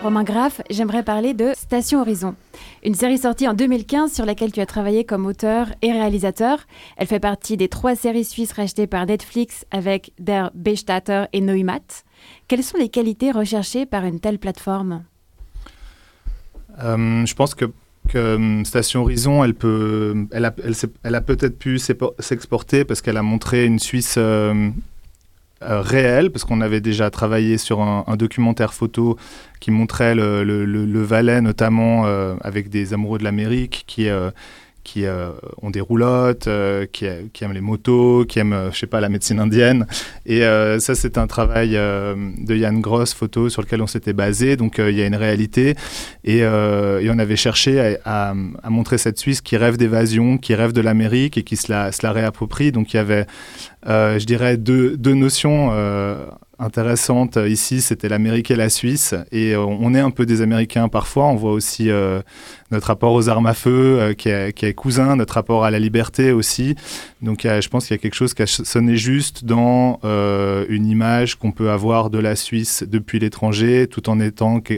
Romain Graf, j'aimerais parler de Station Horizon, une série sortie en 2015 sur laquelle tu as travaillé comme auteur et réalisateur. Elle fait partie des 3 séries suisses rachetées par Netflix avec Der Bestatter et Neumat. Quelles sont les qualités recherchées par une telle plateforme ? Je pense que Station Horizon, elle a peut-être pu s'exporter parce qu'elle a montré une Suisse réelle, parce qu'on avait déjà travaillé sur un documentaire photo qui montrait le Valais, notamment avec des amoureux de l'Amérique qui ont des roulottes, qui aiment les motos, qui aiment, la médecine indienne. Et ça, c'est un travail de Yann Gross, photo, sur lequel on s'était basé. Donc, il y a une réalité. Et on avait cherché à montrer cette Suisse qui rêve d'évasion, qui rêve de l'Amérique et qui se la réapproprie. Donc, il y avait, je dirais, deux notions intéressante ici, c'était l'Amérique et la Suisse, et on est un peu des Américains parfois. On voit aussi notre rapport aux armes à feu qui est cousin, notre rapport à la liberté aussi. Donc je pense qu'il y a quelque chose qui a sonné juste dans une image qu'on peut avoir de la Suisse depuis l'étranger, tout en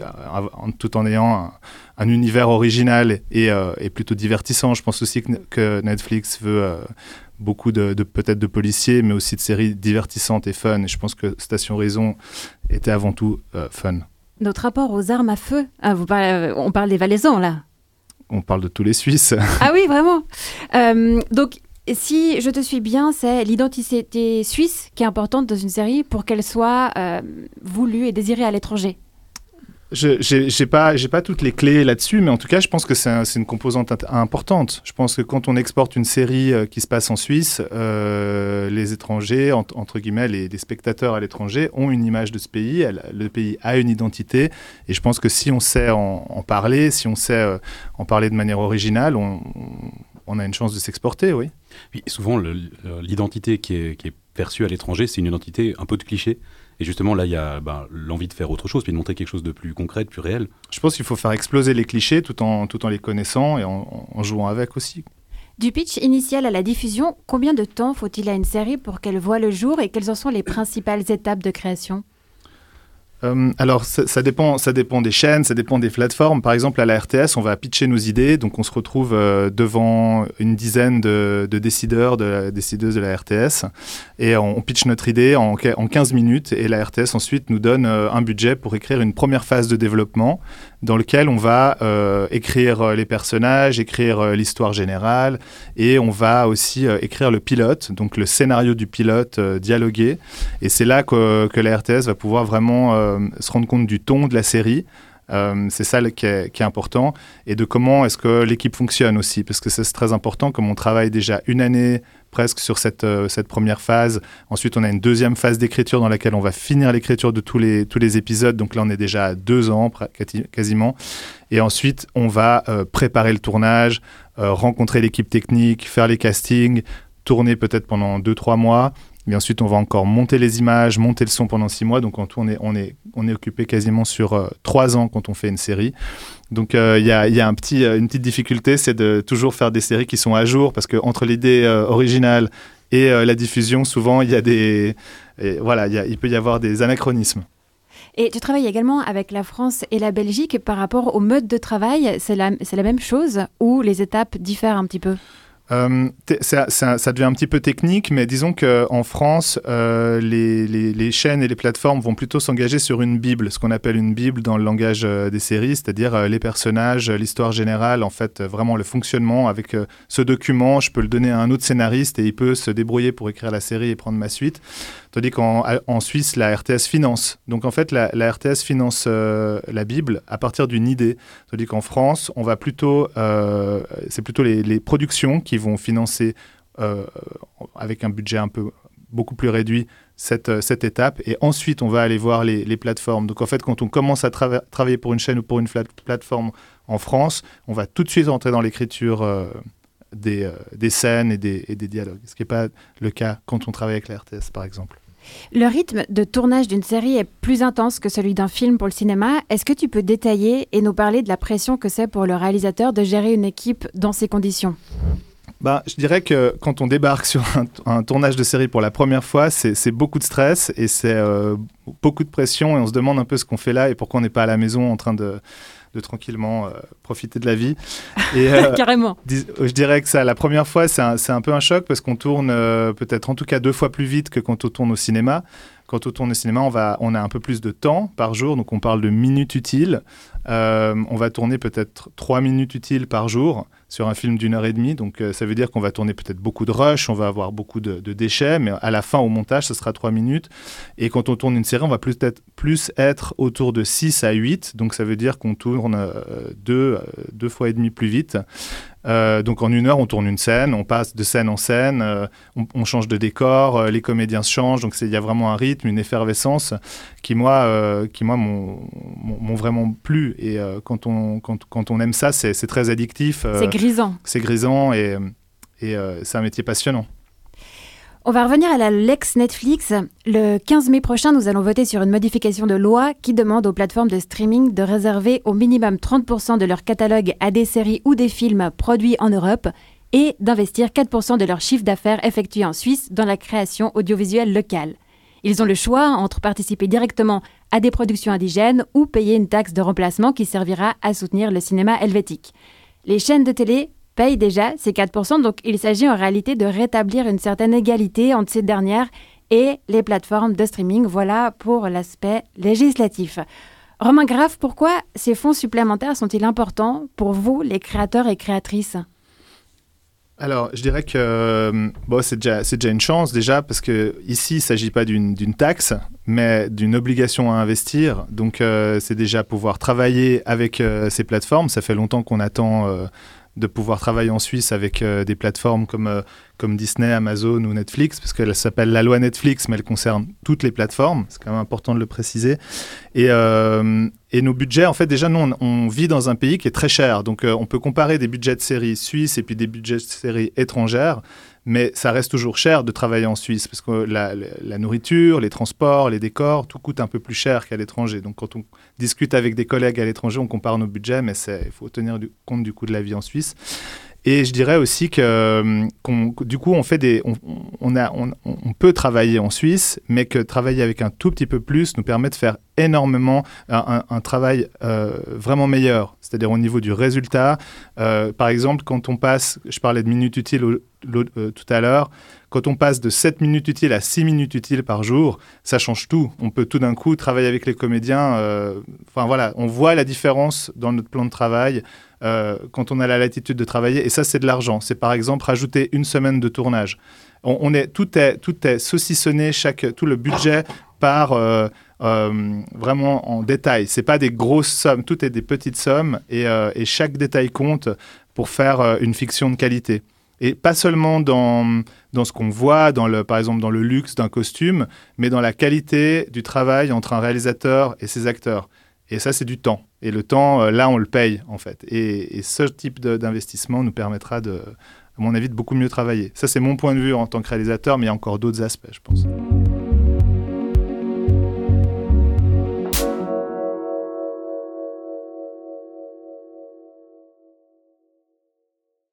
ayant un univers original et plutôt divertissant. Je pense aussi que Netflix veut beaucoup peut-être de policiers, mais aussi de séries divertissantes et fun. Et je pense que Station Horizon était avant tout fun. Notre rapport aux armes à feu, on parle des Valaisans là. On parle de tous les Suisses. Ah oui, vraiment. Donc, si je te suis bien, c'est l'identité suisse qui est importante dans une série pour qu'elle soit voulue et désirée à l'étranger. J'ai pas toutes les clés là-dessus, mais en tout cas, je pense que c'est une composante importante. Je pense que quand on exporte une série qui se passe en Suisse, les étrangers, entre guillemets, les spectateurs à l'étranger, ont une image de ce pays. Le pays a une identité. Et je pense que si on sait en parler, si on sait en parler de manière originale, on a une chance de s'exporter, oui. Puis souvent, l'identité qui est perçue à l'étranger, c'est une identité un peu de cliché. Et justement, là, il y a l'envie de faire autre chose, puis de montrer quelque chose de plus concret, de plus réel. Je pense qu'il faut faire exploser les clichés tout en les connaissant et en jouant avec aussi. Du pitch initial à la diffusion, combien de temps faut-il à une série pour qu'elle voie le jour et quelles en sont les principales étapes de création ? Alors, ça dépend des chaînes, ça dépend des plateformes. Par exemple, à la RTS, on va pitcher nos idées. Donc, on se retrouve devant une dizaine de décideurs, décideuses de la RTS. Et on pitch notre idée en 15 minutes. Et la RTS, ensuite, nous donne un budget pour écrire une première phase de développement dans lequel on va écrire les personnages, écrire l'histoire générale. Et on va aussi écrire le pilote, donc le scénario du pilote dialogué. Et c'est là que la RTS va pouvoir vraiment se rendre compte du ton de la série. C'est ça qui est important, et de comment est-ce que l'équipe fonctionne aussi, parce que c'est très important, comme on travaille déjà une année presque sur cette première phase. Ensuite, on a une deuxième phase d'écriture dans laquelle on va finir l'écriture de tous les épisodes, donc là on est déjà à 2 ans quasiment, et ensuite on va préparer le tournage, rencontrer l'équipe technique, faire les castings, tourner peut-être pendant 2-3 mois. Et ensuite, on va encore monter les images, monter le son pendant 6 mois. Donc, en tout, on est occupé quasiment sur 3 ans quand on fait une série. Donc, il y a une petite difficulté, c'est de toujours faire des séries qui sont à jour, parce qu'entre l'idée originale et la diffusion, souvent, il peut y avoir des anachronismes. Et tu travailles également avec la France et la Belgique par rapport au mode de travail. C'est la même chose ou les étapes diffèrent un petit peu ? Ça devient un petit peu technique, mais disons qu'en France, les chaînes et les plateformes vont plutôt s'engager sur une bible, ce qu'on appelle une bible dans le langage des séries, c'est-à-dire les personnages, l'histoire générale, en fait, vraiment le fonctionnement. Avec ce document, je peux le donner à un autre scénariste et il peut se débrouiller pour écrire la série et prendre ma suite. Tandis qu'en Suisse, la RTS finance. Donc en fait, la RTS finance la Bible à partir d'une idée. Tandis qu'en France, on va c'est plutôt les productions qui vont financer avec un budget beaucoup plus réduit cette étape. Et ensuite, on va aller voir les plateformes. Donc en fait, quand on commence à travailler pour une chaîne ou pour une plateforme en France, on va tout de suite entrer dans l'écriture des scènes et des dialogues. Ce qui n'est pas le cas quand on travaille avec la RTS, par exemple. Le rythme de tournage d'une série est plus intense que celui d'un film pour le cinéma. Est-ce que tu peux détailler et nous parler de la pression que c'est pour le réalisateur de gérer une équipe dans ces conditions ? Je dirais que quand on débarque sur un tournage de série pour la première fois, c'est beaucoup de stress et c'est beaucoup de pression et on se demande un peu ce qu'on fait là et pourquoi on n'est pas à la maison en train de tranquillement profiter de la vie. Et, Carrément. Je dirais que ça, la première fois, c'est un peu un choc parce qu'on tourne peut-être en tout cas 2 fois plus vite que quand on tourne au cinéma. Quand on tourne au cinéma, on a un peu plus de temps par jour, donc on parle de minutes utiles. On va tourner peut-être 3 minutes utiles par jour sur un film d'1h30, donc ça veut dire qu'on va tourner peut-être beaucoup de rush, on va avoir beaucoup de déchets, mais à la fin, au montage, ce sera 3 minutes. Et quand on tourne une série, on va plus être autour de 6 à 8, donc ça veut dire qu'on tourne 2 fois et demi plus vite. Donc en 1 heure, on tourne une scène, on passe de scène en scène, on change de décor, les comédiens se changent, donc il y a vraiment un rythme, une effervescence qui moi m'ont vraiment plu. Et quand on aime ça, c'est très addictif. C'est grisant. C'est grisant et c'est un métier passionnant. On va revenir à la Lex Netflix. Le 15 mai prochain, nous allons voter sur une modification de loi qui demande aux plateformes de streaming de réserver au minimum 30% de leur catalogue à des séries ou des films produits en Europe et d'investir 4% de leur chiffre d'affaires effectué en Suisse dans la création audiovisuelle locale. Ils ont le choix entre participer directement à des productions indigènes ou payer une taxe de remplacement qui servira à soutenir le cinéma helvétique. Les chaînes de télé payent déjà ces 4%, donc il s'agit en réalité de rétablir une certaine égalité entre ces dernières et les plateformes de streaming. Voilà pour l'aspect législatif. Romain Graf, pourquoi ces fonds supplémentaires sont-ils importants pour vous, les créateurs et créatrices ? Alors, je dirais que c'est déjà une chance déjà parce que ici, il ne s'agit pas d'une taxe, mais d'une obligation à investir. Donc, c'est déjà pouvoir travailler avec ces plateformes. Ça fait longtemps qu'on attend de pouvoir travailler en Suisse avec des plateformes comme Disney, Amazon ou Netflix, parce qu'elle s'appelle la loi Netflix, mais elle concerne toutes les plateformes. C'est quand même important de le préciser. Et nos budgets, en fait, déjà, nous, on vit dans un pays qui est très cher. Donc, on peut comparer des budgets de séries suisses et puis des budgets de séries étrangères, mais ça reste toujours cher de travailler en Suisse, parce que la nourriture, les transports, les décors, tout coûte un peu plus cher qu'à l'étranger. Donc, quand on discute avec des collègues à l'étranger, on compare nos budgets, mais il faut tenir compte du coût de la vie en Suisse. Et je dirais aussi du coup, on peut travailler en Suisse, mais que travailler avec un tout petit peu plus nous permet de faire énormément un travail vraiment meilleur, c'est-à-dire au niveau du résultat. Par exemple, quand on passe, je parlais de minutes utiles tout à l'heure, quand on passe de 7 minutes utiles à 6 minutes utiles par jour, ça change tout. On peut tout d'un coup travailler avec les comédiens. On voit la différence dans notre plan de travail quand on a la latitude de travailler. Et ça, c'est de l'argent. C'est par exemple rajouter 1 semaine de tournage. Tout est saucissonné, tout le budget part vraiment en détail. C'est pas des grosses sommes, tout est des petites sommes et chaque détail compte pour faire une fiction de qualité. Et pas seulement dans ce qu'on voit, par exemple dans le luxe d'un costume, mais dans la qualité du travail entre un réalisateur et ses acteurs. Et ça, c'est du temps. Et le temps, là, on le paye, en fait. Et ce type d'investissement nous permettra, à mon avis, de beaucoup mieux travailler. Ça, c'est mon point de vue en tant que réalisateur, mais il y a encore d'autres aspects, je pense.